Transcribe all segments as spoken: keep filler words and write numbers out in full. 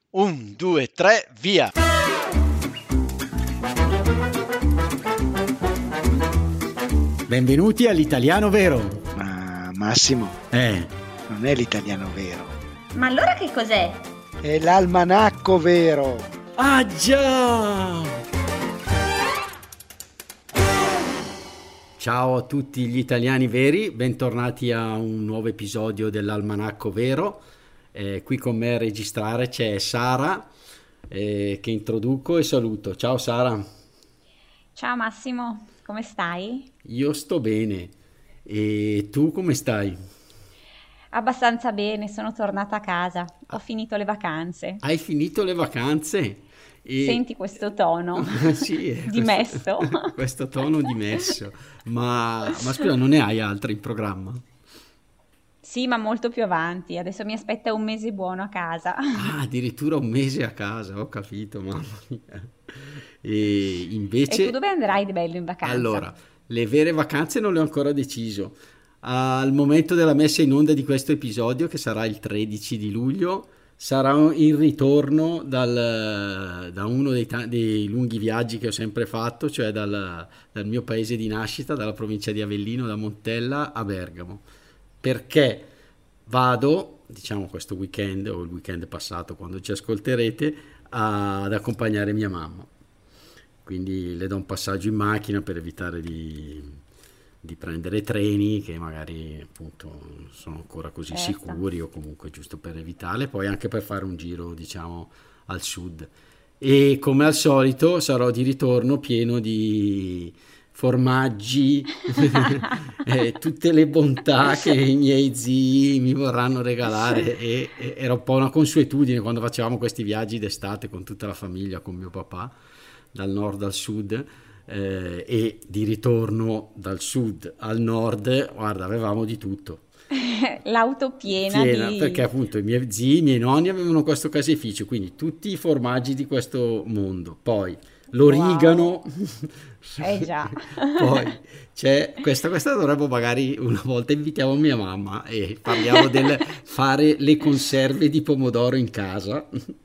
Un, due, tre, via! Benvenuti all'Italiano Vero. Ma Massimo, Eh, non è l'italiano vero, Ma allora che cos'è? è l'almanacco vero. ah già! Ciao a tutti gli italiani veri, bentornati a un nuovo episodio dell'Almanacco Vero. Eh, qui con me a registrare c'è Sara, eh, che introduco e saluto. Ciao Sara, Ciao Massimo, come stai? io sto bene. E tu come stai? Abbastanza bene, sono tornata a casa, ho finito le vacanze. Hai finito le vacanze? E... Senti questo tono Sì, è dimesso. questo, questo tono dimesso. Ma, ma scusa, non ne hai altre in programma? Sì, ma molto più avanti, adesso mi aspetta un mese buono a casa. Ah, addirittura un mese a casa, ho capito, mamma mia. E E tu invece, dove andrai di bello in vacanza? allora, le vere vacanze non le ho ancora deciso. Al momento della messa in onda di questo episodio, che sarà il tredici di luglio, sarà il ritorno dal- da uno dei, ta- dei lunghi viaggi che ho sempre fatto, cioè dal, dal mio paese di nascita, dalla provincia di Avellino, da Montella a Bergamo. Perché vado, diciamo questo weekend o il weekend passato quando ci ascolterete, a- ad accompagnare mia mamma. Quindi le do un passaggio in macchina per evitare di, di prendere treni che magari appunto non sono ancora così Certo. sicuri, o comunque giusto per evitarle, poi anche per fare un giro, diciamo, al sud. E come al solito sarò di ritorno pieno di formaggi e tutte le bontà che i miei zii mi vorranno regalare. E, e- era un po' una consuetudine quando facevamo questi viaggi d'estate con tutta la famiglia, con mio papà, dal nord al sud, eh, e di ritorno dal sud al nord, guarda, avevamo di tutto. L'auto piena Piena, di... perché appunto i miei zii, i miei nonni avevano questo caseificio, quindi tutti i formaggi di questo mondo. Poi l'origano, Wow. Eh già. poi c'è questa, questa dovremmo magari una volta invitiamo mia mamma e parliamo del fare le conserve di pomodoro in casa.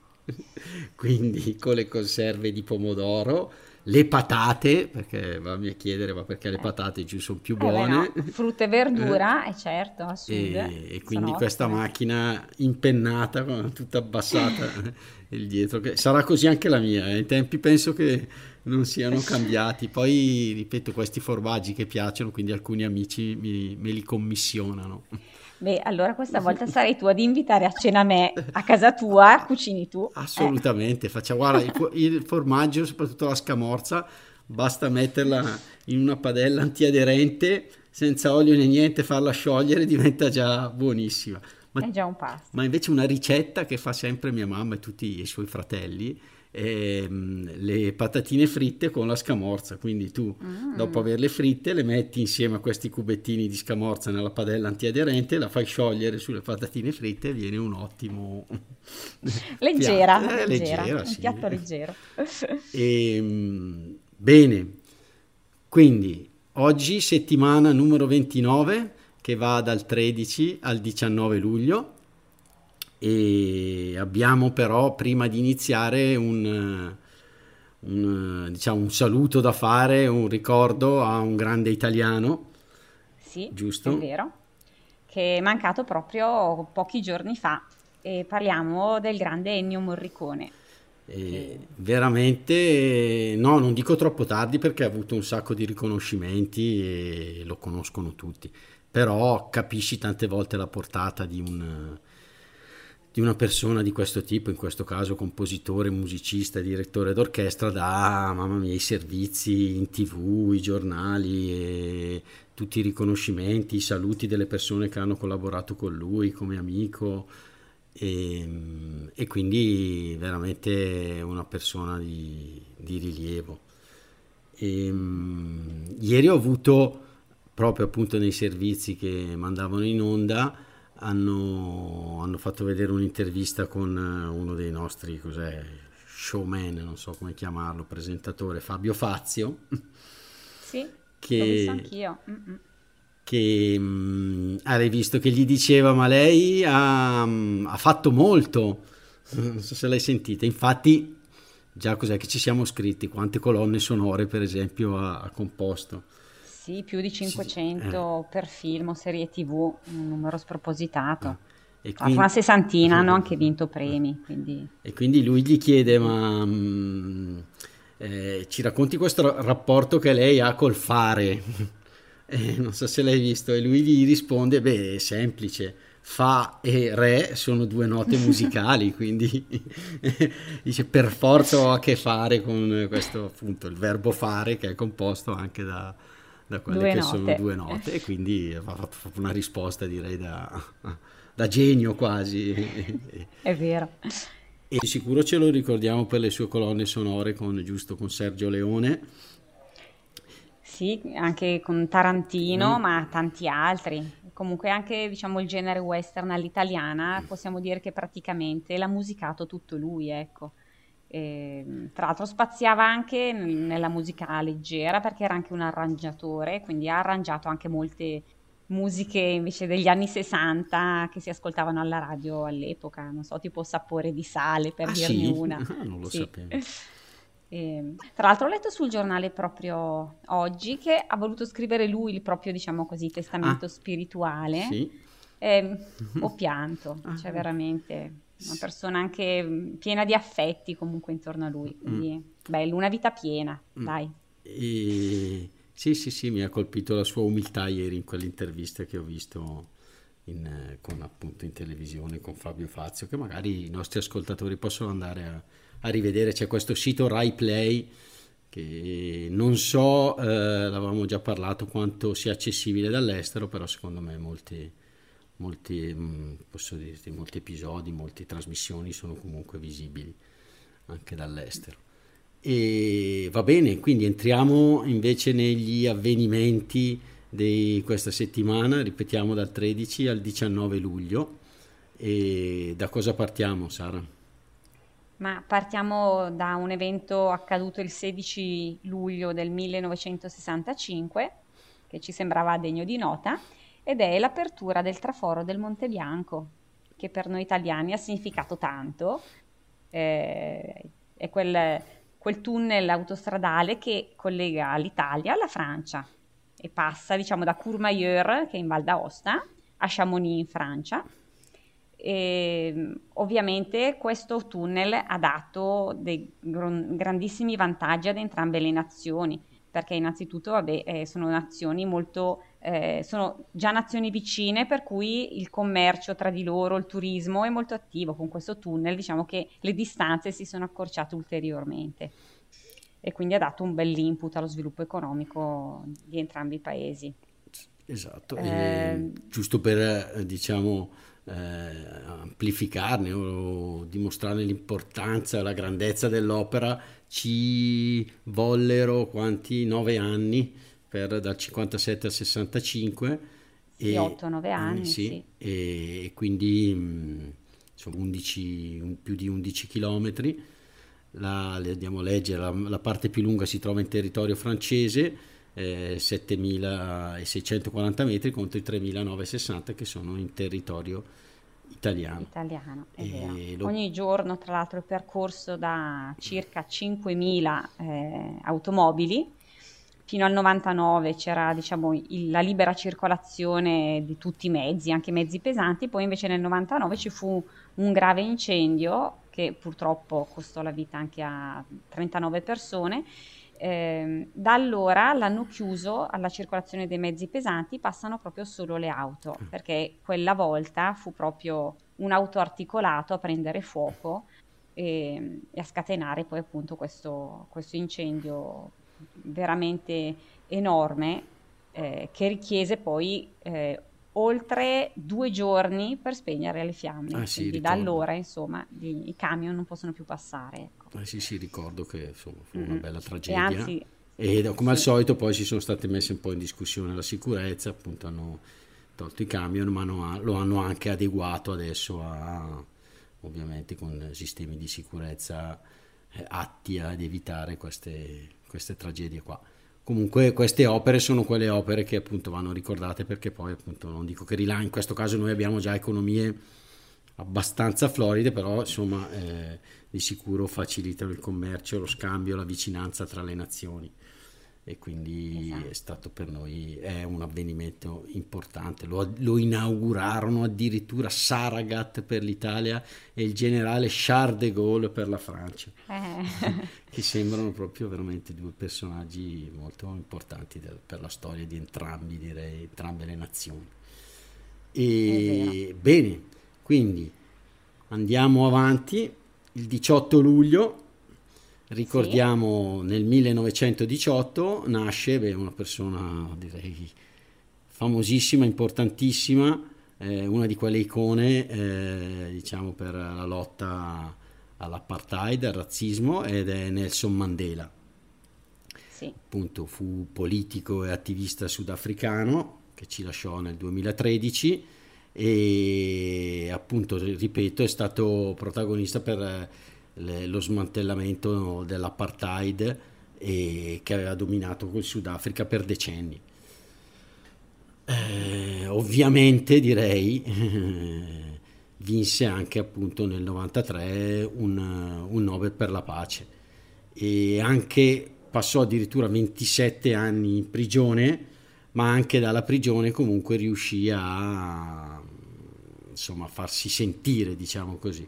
Quindi con le conserve di pomodoro, le patate, perché vammi a chiedere, ma perché le Eh, patate giù sono più eh beh buone? no, frutta e verdura, eh certo, a sud E, e quindi sono questa ottime. macchina impennata, con- tutta abbassata il dietro, che sarà così anche la mia. eh. I tempi penso che non siano cambiati. Poi, ripeto, questi formaggi che piacciono, quindi alcuni amici mi- me li commissionano. Beh, allora questa volta sarai tu ad invitare a cena me a casa tua, cucini tu. Eh. Assolutamente, faccia, guarda, il, fo- il formaggio, soprattutto la scamorza, basta metterla in una padella antiaderente, senza olio né niente, farla sciogliere, diventa già buonissima. Ma, È già un pasto. ma invece una ricetta che fa sempre mia mamma e tutti i suoi fratelli, ehm, le patatine fritte con la scamorza. Quindi tu, dopo Mm. averle fritte, le metti insieme a questi cubettini di scamorza nella padella antiaderente, la fai sciogliere sulle patatine fritte e viene un ottimo Leggera, piatto. Eh, leggera, leggera, un sì. piatto leggero. Ehm, bene, quindi oggi settimana numero ventinove, che va dal tredici al diciannove luglio, e abbiamo però, prima di iniziare, un, un, diciamo, un saluto da fare, un ricordo a un grande italiano, Sì, è giusto? vero, che è mancato proprio pochi giorni fa e parliamo del grande Ennio Morricone. E Che... veramente, no, non dico troppo tardi perché ha avuto un sacco di riconoscimenti e lo conoscono tutti, però capisci tante volte la portata di un, di una persona di questo tipo, in questo caso compositore, musicista, direttore d'orchestra, da, mamma mia, i servizi in T V, i giornali e tutti i riconoscimenti, i saluti delle persone che hanno collaborato con lui come amico. E, e quindi veramente una persona di, di rilievo. E, mm, ieri ho avuto, proprio appunto nei servizi che mandavano in onda, hanno, hanno fatto vedere un'intervista con eh, uno dei nostri, cos'è, showman, non so come chiamarlo, presentatore, Fabio Fazio, Sì, l'ho visto che anch'io. Mm-mm. che mh, hai visto che gli diceva, ma lei ha, mh, ha fatto molto Non so se l'hai sentita. Infatti, già cos'è che ci siamo scritti? Quante colonne sonore, per esempio, ha, ha composto? Sì, più di cinquecento Eh. per film o serie T V, un numero spropositato. Ah. E Tra l'altro una quindi, sessantina hanno anche vinto premi, quindi e quindi lui gli chiede, ma mm, eh, ci racconti questo rapporto che lei ha col fare? Eh, non so se l'hai visto, e lui gli risponde, beh, è semplice, fa e re sono due note musicali, quindi dice per forza ho a che fare con questo, appunto, il verbo fare, che è composto anche da, da quelle due che sono note. due note, e quindi ha fatto proprio una risposta, direi, da, da genio quasi. È vero. E di sicuro ce lo ricordiamo per le sue colonne sonore con, giusto, con Sergio Leone. Sì, anche con Tarantino, Mm. ma tanti altri. Comunque anche, diciamo, il genere western all'italiana, possiamo dire che praticamente l'ha musicato tutto lui, ecco. E, tra l'altro spaziava anche n- nella musica leggera perché era anche un arrangiatore, quindi ha arrangiato anche molte musiche invece degli anni sessanta che si ascoltavano alla radio all'epoca, non so, tipo Sapore di sale, per Ah dirne sì? una. Ah, non lo Sì. sapevo. E, tra l'altro ho letto sul giornale proprio oggi che ha voluto scrivere lui il proprio, diciamo così, testamento Ah, spirituale. sì. E ho pianto, Ah, cioè veramente una persona anche mh, piena di affetti comunque intorno a lui, mm, quindi bello, una vita piena, mm. dai. E- sì, sì, sì, mi ha colpito la sua umiltà ieri in quell'intervista che ho visto in, eh, con, appunto, in televisione con Fabio Fazio, che magari i nostri ascoltatori possono andare a, a rivedere. C'è questo sito Rai Play che non so, eh, l'avevamo già parlato, quanto sia accessibile dall'estero, però secondo me molti, molti, mh, posso dirti, molti episodi, molte trasmissioni sono comunque visibili anche dall'estero. E va bene, quindi entriamo invece negli avvenimenti di questa settimana, ripetiamo dal tredici al diciannove luglio. E da cosa partiamo, Sara? Ma partiamo da un evento accaduto il sedici luglio del millenovecentosessantacinque, che ci sembrava degno di nota, ed è l'apertura del traforo del Monte Bianco, che per noi italiani ha significato tanto. Eh, è quel, quel tunnel autostradale che collega l'Italia alla Francia e passa, diciamo, da Courmayeur, che è in Val d'Aosta, a Chamonix in Francia. E, ovviamente questo tunnel ha dato dei gron- grandissimi vantaggi ad entrambe le nazioni, perché innanzitutto vabbè, eh, sono nazioni molto, eh, sono già nazioni vicine, per cui il commercio tra di loro, il turismo è molto attivo. Con questo tunnel diciamo che le distanze si sono accorciate ulteriormente e quindi ha dato un bell'input allo sviluppo economico di entrambi i paesi. Esatto, e Eh, giusto per eh, diciamo eh, amplificarne o dimostrare l'importanza, la grandezza dell'opera, ci vollero quanti? Nove anni per, dal cinquantasette al sessantacinque, sì, e otto nove eh, anni, sì, sì. e quindi mh, insomma undici, un- più di undici chilometri. La, le andiamo a leggere, la, la parte più lunga si trova in territorio francese, eh, settemilaseicentoquaranta metri contro i tremilanovecentosessanta che sono in territorio italiano. Italiano, è vero. E lo- Ogni giorno, tra l'altro, è percorso da circa cinquemila eh, automobili. Fino al novantanove c'era, diciamo, il- la libera circolazione di tutti i mezzi, anche mezzi pesanti. Poi invece nel novantanove ci fu un grave incendio che purtroppo costò la vita anche a trentanove persone. Ehm, da allora l'hanno chiuso alla circolazione dei mezzi pesanti, passano proprio solo le auto, perché quella volta fu proprio un auto articolato a prendere fuoco e, e a scatenare poi appunto questo, questo incendio veramente enorme, eh, che richiese poi eh, oltre due giorni per spegnere le fiamme. ah sì, Quindi da ricordo. allora, insomma, gli- i camion non possono più passare, ecco. Eh sì, sì, ricordo che insomma, fu una Mm-mm. bella E tragedia. anzi, E come al sì, solito poi si sono state messe un po' in discussione la sicurezza, appunto hanno tolto i camion, ma hanno- lo hanno anche adeguato adesso a, ovviamente con sistemi di sicurezza eh, atti ad evitare queste, queste tragedie qua. Comunque queste opere sono quelle opere che appunto vanno ricordate, perché poi appunto non dico che rilan- in questo caso noi abbiamo già economie abbastanza floride, però insomma eh, di sicuro facilitano il commercio, lo scambio, la vicinanza tra le nazioni. E quindi Esatto. è stato per noi è un avvenimento importante. Lo, lo inaugurarono addirittura Saragat per l'Italia e il generale Charles de Gaulle per la Francia, Eh, che sembrano proprio veramente due personaggi molto importanti del- per la storia di entrambi, direi, entrambe le nazioni. è vero. E bene, quindi andiamo avanti. Il diciotto luglio, Sì, ricordiamo, nel millenovecentodiciotto nasce beh, una persona direi famosissima, importantissima, eh, una di quelle icone eh, diciamo per la lotta all'apartheid, al razzismo, ed è Nelson Mandela. sì. Appunto fu politico e attivista sudafricano che ci lasciò nel duemilatredici e appunto, ripeto, è stato protagonista per eh, le- lo smantellamento dell'apartheid e che aveva dominato il Sudafrica per decenni. Eh, ovviamente direi eh, vinse anche appunto nel novantatré un, un Nobel per la pace e anche passò addirittura ventisette anni in prigione, ma anche dalla prigione comunque riuscì a insomma farsi sentire, diciamo così.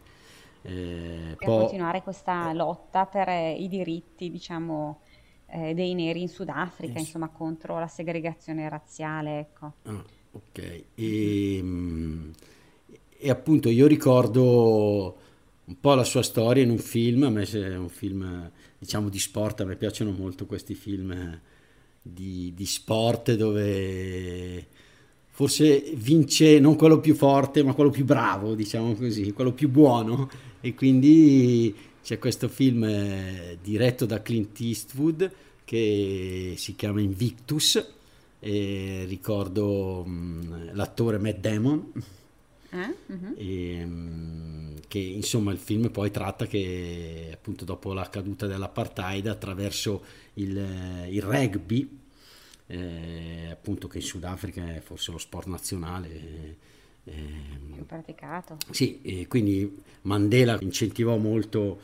Eh, E a poi continuare questa lotta per eh, i diritti, diciamo, eh, dei neri in Sudafrica, insomma, contro la segregazione razziale, ecco. Ah, ok. Mm, mm. E, mm, e appunto io ricordo un po' la sua storia in un film, a me se- è un film eh, diciamo di sport, a me piacciono molto questi film eh, di, di sport dove forse vince non quello più forte, ma quello più bravo, diciamo così, quello più buono. E quindi c'è questo film eh, diretto da Clint Eastwood che si chiama Invictus e ricordo mh, l'attore Matt Damon Eh? Mhm. e, mh, che insomma il film poi tratta che appunto dopo la caduta dell'apartheid attraverso il, il rugby eh, appunto che in Sudafrica è forse lo sport nazionale eh, Più ehm, praticato. sì, e quindi Mandela incentivò molto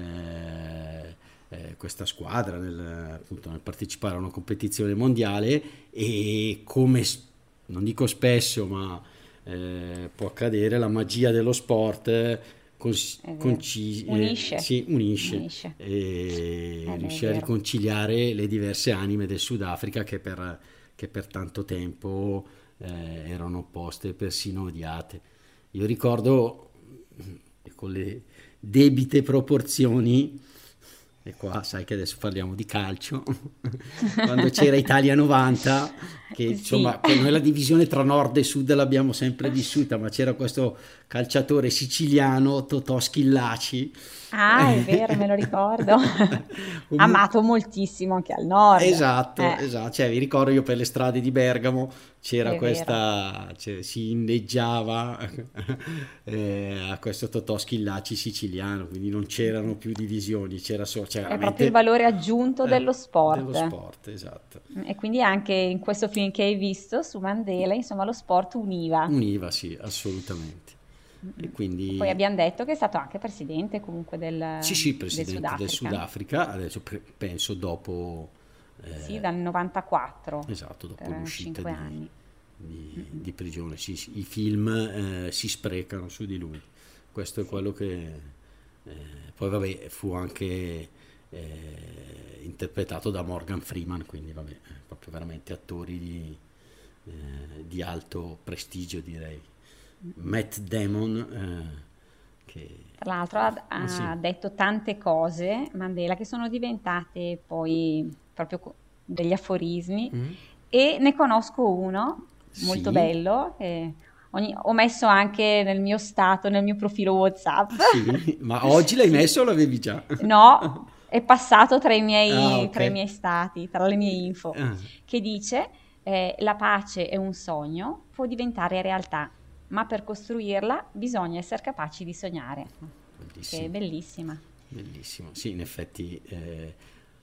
eh, eh, questa squadra nel, appunto, nel partecipare a una competizione mondiale e come s- non dico spesso, ma eh, può accadere, la magia dello sport eh, cons- È vero. conci- eh, Unisce, si unisce unisce. e Eh beh, è riuscì a vero. riconciliare le diverse anime del Sudafrica che per, che per tanto tempo eh, erano opposte e persino odiate. Io ricordo con le debite proporzioni, e qua sai che adesso parliamo di calcio, quando c'era Italia novanta, che Sì. insomma per noi la divisione tra nord e sud l'abbiamo sempre vissuta, ma c'era questo calciatore siciliano, Totò Schillaci, Ah, è vero, me lo ricordo. un, Amato moltissimo anche al nord. esatto, Eh, esatto, cioè vi ricordo io per le strade di Bergamo c'era è vero. questa, cioè, si inneggiava eh, a questo Totò Schillaci siciliano, quindi non Mm, c'erano mm. più divisioni, c'era solo, c'è È proprio il veramente valore aggiunto eh, dello dello sport. sport, esatto. E quindi anche in questo film che hai visto su Mandela, insomma, lo sport univa. Univa, sì, assolutamente. E Mm-mm. E poi quindi abbiamo detto che è stato anche presidente comunque sì, del, sì, del presidente del Sudafrica. Sudafrica, adesso pre- penso dopo, Sì, eh, dal novantaquattro esatto, dopo per l'uscita cinque di, anni. di- Mm-mm. di prigione. Sì, sì, i film eh, si sprecano su di lui, questo è Sì, quello che... eh, poi vabbè, fu anche eh, interpretato da Morgan Freeman, quindi vabbè, eh, proprio veramente attori di, eh, di alto prestigio, direi. mm-mm. Matt Damon, eh, che... Tra l'altro ha, Ah sì, ha detto tante cose, Mandela, che sono diventate poi proprio co- degli aforismi mm? e ne conosco uno molto Sì, bello che ogni- ho messo anche nel mio stato, nel mio profilo ah WhatsApp. sì, ma oggi l'hai Sì, messo o l'avevi già? no, è passato tra i Ah, miei, ok. tra i miei stati, tra le mie info, Ah, che dice eh, la pace è un sogno, può diventare realtà, ma per costruirla bisogna essere capaci di sognare, che è bellissimo, bellissima. bellissimo. Sì, in effetti eh,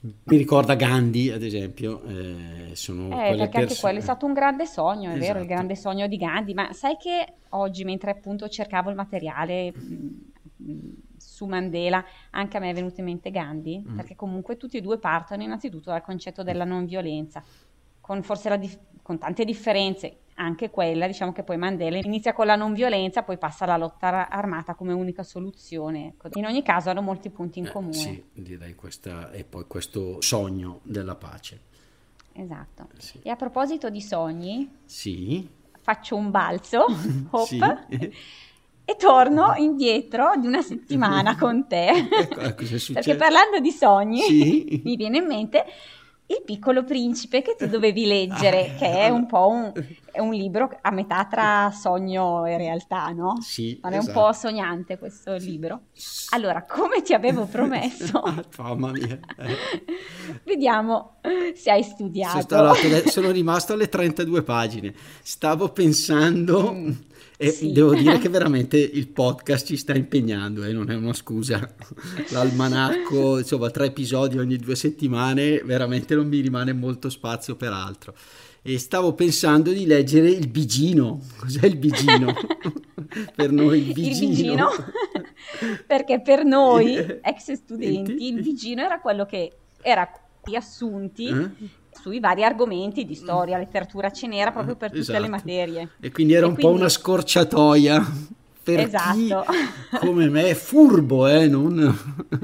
Mi ricorda Gandhi, ad esempio, eh, sono Eh, quelle perché anche perso- quello è stato un grande sogno, è vero, il Esatto. grande sogno di Gandhi, ma sai che oggi, mentre appunto cercavo il materiale mh, mh, su Mandela, anche a me è venuto in mente Gandhi, Mm. perché comunque tutti e due partono innanzitutto dal concetto della non violenza, con forse la dif- con tante differenze, anche quella, diciamo che poi Mandela inizia con la non violenza, poi passa alla lotta ar- armata come unica soluzione. Ecco. In ogni caso hanno molti punti in Eh, comune. sì, direi questa, e poi questo sogno della pace. Esatto. Sì. E a proposito di sogni, Sì. faccio un balzo, hop, Sì. e torno indietro di una settimana con te. Ecco, cosa è Perché successo? parlando di sogni, Sì. mi viene in mente Il Piccolo Principe che tu dovevi leggere, Ah, che è un allora- po' un, è un libro a metà tra sogno e realtà, no? Sì, Non è un esatto. po' sognante questo libro. Allora, come ti avevo promesso, Ah, mamma mia. Eh. vediamo se hai Sono, studiato. stato- sono rimasto alle trentadue pagine. Stavo pensando, Mm, e sì. devo dire che veramente il podcast ci sta impegnando, e non è una scusa. L'almanacco, insomma, tre episodi ogni due settimane, veramente non mi rimane molto spazio per altro. E stavo pensando di leggere il Bigino. Cos'è il Bigino? Per noi il Il Bigino. Bigino, perché per noi ex studenti il Bigino era quello che era riassunti Eh? sui vari argomenti di storia, letteratura, ce n'era proprio per tutte Esatto. le materie. E quindi era E un po' quindi- una scorciatoia per Esatto. chi come me furbo, eh, non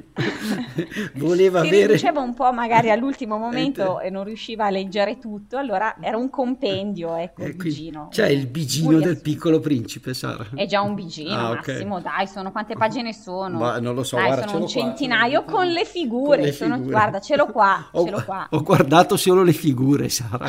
voleva Si avere riduceva un po' magari all'ultimo momento Eh, e non riusciva a leggere tutto, allora era un compendio, ecco, eh, il quindi Bigino. c'è il Un Bigino del riassunto. Piccolo Principe, Sara. È già un Bigino, Ah, ok. Massimo, dai, sono quante pagine sono? Ma non lo so, Dai, guarda, sono ce un l'ho qua, centinaio ce l'ho con le figure, con le sono- figure. guarda, ce l'ho qua, Ho, ce l'ho qua. ho guardato solo le figure, Sara.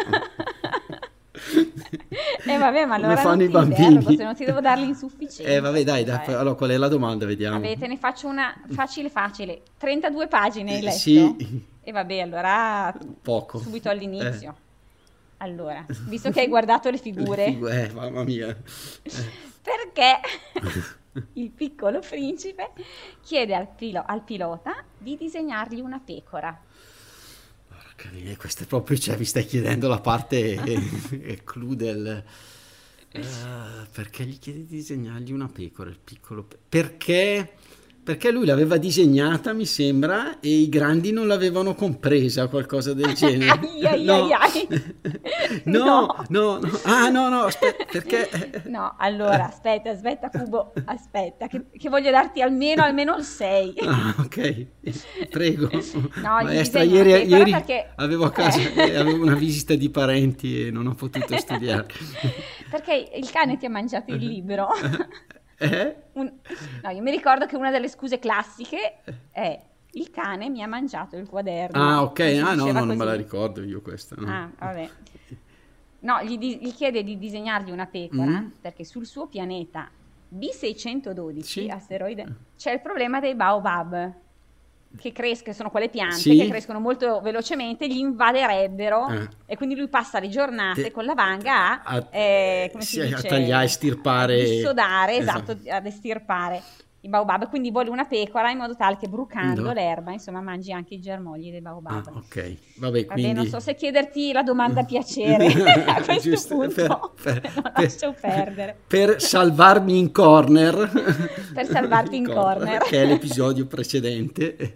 Eh vabbè, ma Come allora fanno non i ti bambini. interrogo, se non ti devo darli insufficienti. Eh, vabbè, dai, dai, Cioè, allora qual è la domanda, vediamo. vabbè, te ne faccio una facile facile. trentadue pagine hai Eh, letto? sì. E vabbè, allora Poco. subito all'inizio. Allora, visto che hai guardato le Le figure, figu- eh, mamma mia. perché il Piccolo Principe chiede al, pilo- al pilota di disegnargli una pecora. Porca miseria, questo è proprio, cioè, mi stai chiedendo la parte eh, clou del... eh, perché gli chiede di disegnargli una pecora, il piccolo... pe- Perché... Perché lui l'aveva disegnata, mi sembra, e i grandi non l'avevano compresa, qualcosa del genere. Ai, ai, No. ai, ai. No, No. no, no. Ah, no, no, aspetta, perché... No, allora, aspetta, aspetta, Cubo, aspetta, che, che voglio darti almeno, almeno il sei. Ah, ok, prego. No, gli Maestra, disegno una ieri, pecora ieri perché- avevo a casa, Eh. eh, avevo una visita di parenti e non ho potuto studiare. Perché il cane ti ha mangiato il libro. Eh? Un- No, io mi ricordo che una delle scuse classiche è il cane mi ha mangiato il quaderno. Ah, ok, Si ah no, diceva no, non me la così. ricordo io questa. No. Ah, vabbè. No, gli, di- gli chiede di disegnargli una pecora Mm. perché sul suo pianeta B seicentododici, Sì. asteroide, c'è il problema dei baobab che crescono, sono quelle piante Sì. che crescono molto velocemente, gli invaderebbero Ah. e quindi lui passa le giornate Te- con la vanga a, a- eh, come si sì, a dice? tagliare, estirpare. A dissodare, Esatto. esatto, ad estirpare i baobab, quindi vuole una pecora in modo tale che brucando No. l'erba, insomma, mangi anche i germogli dei Ah, baobab. ok, vabbè, Vabbè, quindi... non so se chiederti la domanda a piacere a questo Giusto, punto, per- per- non per- lascio perdere. Per salvarmi in corner. Per salvarti in corner. Che è l'episodio precedente,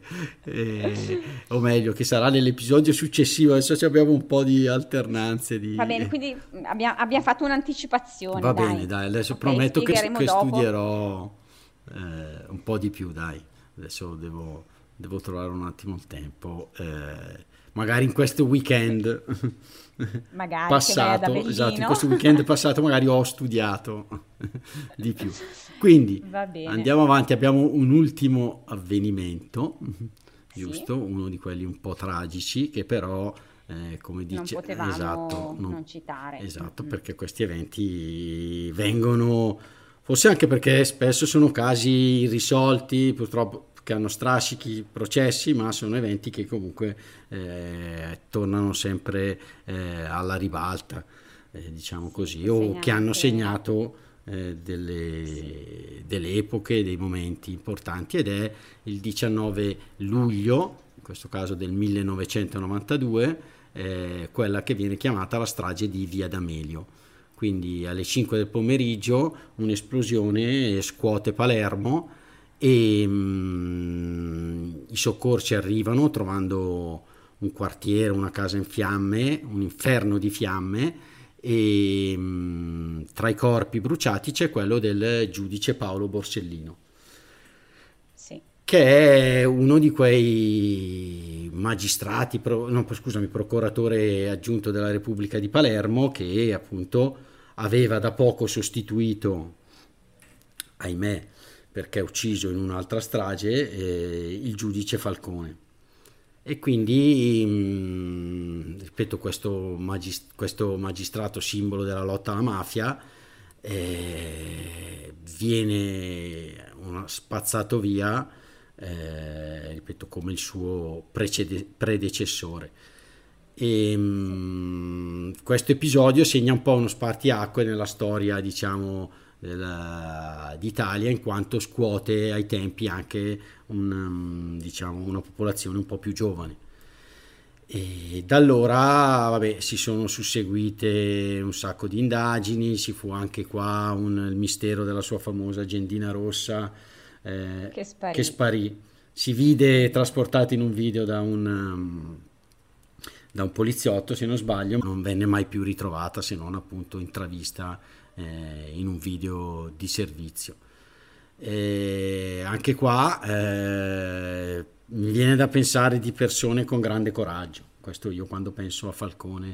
eh, o meglio, che sarà nell'episodio successivo. Adesso ci abbiamo un po' di alternanze. Di... Va bene, quindi abbiamo, abbiamo fatto un'anticipazione. Va dai. bene, dai, adesso Ok, prometto che, spiegheremo che dopo. studierò eh, un po' di più, dai. Adesso devo, devo trovare un attimo il tempo, eh, magari in questo weekend Magari, passato, che vai ad esatto, in Avellino. questo weekend passato magari ho studiato di più. Quindi Va bene. andiamo avanti, abbiamo un ultimo avvenimento, Sì. giusto? Uno di quelli un po' tragici che però, eh, come Non dice, potevamo esatto, non- non citare. esatto, Mm. perché questi eventi vengono, forse anche perché spesso sono casi irrisolti, purtroppo che hanno strascichi, processi, ma sono eventi che comunque eh, tornano sempre eh, alla ribalta, eh, diciamo così, o che hanno Segnate. segnato eh, delle, delle epoche, dei momenti importanti, ed è il diciannove luglio, in questo caso del millenovecentonovantadue, eh, quella che viene chiamata la strage di Via D'Amelio. Quindi alle cinque del pomeriggio un'esplosione scuote Palermo e mh, i soccorsi arrivano trovando un quartiere, una casa in fiamme, un inferno di fiamme, e mh, tra i corpi bruciati c'è quello del giudice Paolo Borsellino, Sì. che è uno di quei magistrati, pro, no, scusami, procuratore aggiunto della Repubblica di Palermo, che appunto aveva da poco sostituito, ahimè, perché ucciso in un'altra strage, eh, il giudice Falcone. E quindi, mh, ripeto, questo, magist- questo magistrato simbolo della lotta alla mafia eh, viene una, spazzato via, eh, ripeto, come il suo precede- predecessore. E, mh, questo episodio segna un po' uno spartiacque nella storia, diciamo, della, d'Italia, in quanto scuote ai tempi anche un, um, diciamo, una popolazione un po' più giovane. E da allora, vabbè, si sono susseguite un sacco di indagini, ci fu anche qua un, il mistero della sua famosa agendina rossa eh, Che sparì. che sparì. Si vide trasportato in un video da un, um, da un poliziotto, se non sbaglio, non venne mai più ritrovata, se non appunto intravista eh, in un video di servizio. E anche qua eh, mi viene da pensare di persone con grande coraggio. Questo io, quando penso a Falcone,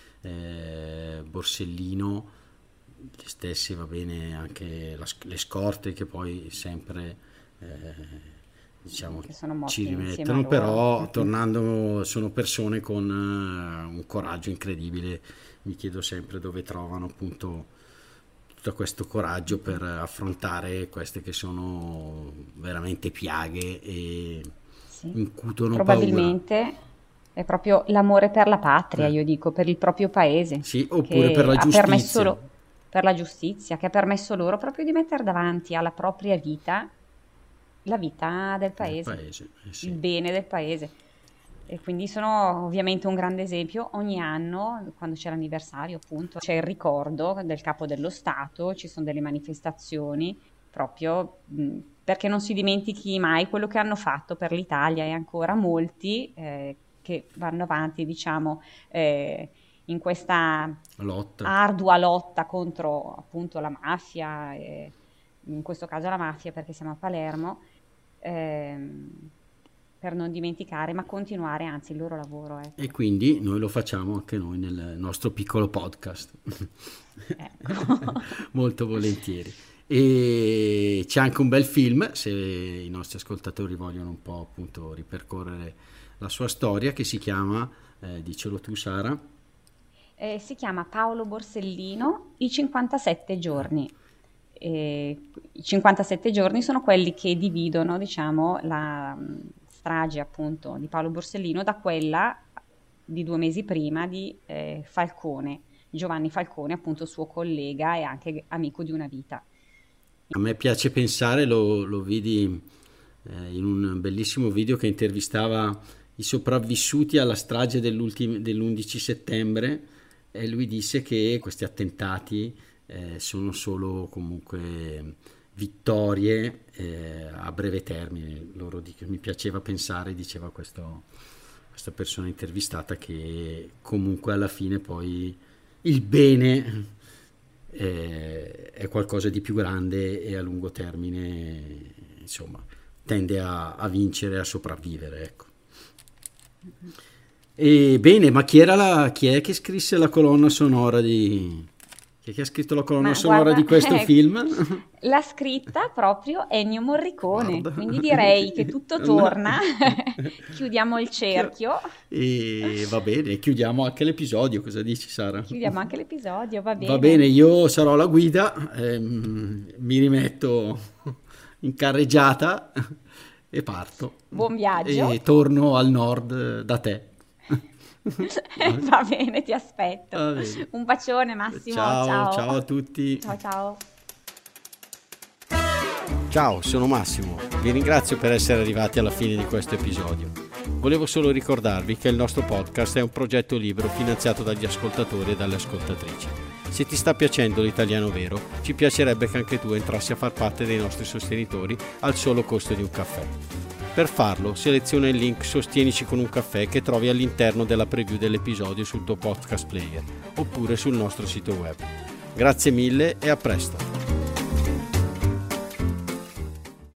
eh, Borsellino, gli stessi, va bene, anche la, le scorte che poi sempre eh, diciamo Che sono morti ci insieme a rimettono, loro. però tornando, sono persone con uh, un coraggio incredibile. Mi chiedo sempre dove trovano appunto tutto questo coraggio per affrontare queste che sono veramente piaghe e Sì. incutono Probabilmente paura. è proprio l'amore per la patria, Eh. io dico, per il proprio paese, Sì, oppure che per la ha permesso giustizia. lo- per la giustizia, che ha permesso loro proprio di mettere davanti alla propria vita la vita del Nel paese, paese, eh il sì. bene del paese. E quindi sono ovviamente un grande esempio. Ogni anno, quando c'è l'anniversario, appunto, c'è il ricordo del capo dello Stato, ci sono delle manifestazioni proprio mh, perché non si dimentichi mai quello che hanno fatto per l'Italia, e ancora molti eh, che vanno avanti, diciamo, eh, in questa Lotta. ardua lotta contro appunto la mafia, e in questo caso la mafia perché siamo a Palermo, ehm, per non dimenticare, ma continuare anzi il loro lavoro, ecco. E quindi noi lo facciamo anche noi nel nostro piccolo podcast. Ecco. Molto volentieri. E c'è anche un bel film, se i nostri ascoltatori vogliono un po' appunto ripercorrere la sua storia, che si chiama, eh, dicelo tu Sara. Eh, si chiama Paolo Borsellino, I cinquantasette giorni. E i cinquantasette giorni sono quelli che dividono, diciamo, la mh, strage appunto di Paolo Borsellino da quella di due mesi prima di eh, Falcone, Giovanni Falcone, appunto suo collega e anche amico di una vita. A me piace pensare, lo, lo vidi eh, in un bellissimo video che intervistava i sopravvissuti alla strage dell'undici settembre, e lui disse che questi attentati eh, sono solo comunque vittorie eh, a breve termine. Loro dic- mi piaceva pensare, diceva questo, questa persona intervistata, che comunque alla fine poi il bene eh, è qualcosa di più grande e a lungo termine, insomma, tende a, a vincere, a sopravvivere, ecco. E bene, ma chi era la, chi è che scrisse la colonna sonora di chi è che ha scritto la colonna Ma sonora guarda, di questo eh, film? l'ha scritta proprio Ennio Morricone, Guarda. quindi direi che tutto torna, chiudiamo il cerchio, E va bene, chiudiamo anche l'episodio, cosa dici Sara? chiudiamo anche l'episodio, va bene. Va bene, io sarò la guida, ehm, mi rimetto in carreggiata e parto. Buon viaggio. E torno al nord da te. Va bene, ti aspetto. Va bene. Un bacione Massimo, Ciao, ciao. ciao a tutti. Ciao ciao. Ciao, sono Massimo. Vi ringrazio per essere arrivati alla fine di questo episodio. Volevo solo ricordarvi che il nostro podcast è un progetto libero finanziato dagli ascoltatori e dalle ascoltatrici. Se ti sta piacendo l'italiano vero, ci piacerebbe che anche tu entrassi a far parte dei nostri sostenitori al solo costo di un caffè. Per farlo, seleziona il link Sostienici con un caffè che trovi all'interno della preview dell'episodio sul tuo podcast player oppure sul nostro sito web. Grazie mille e a presto!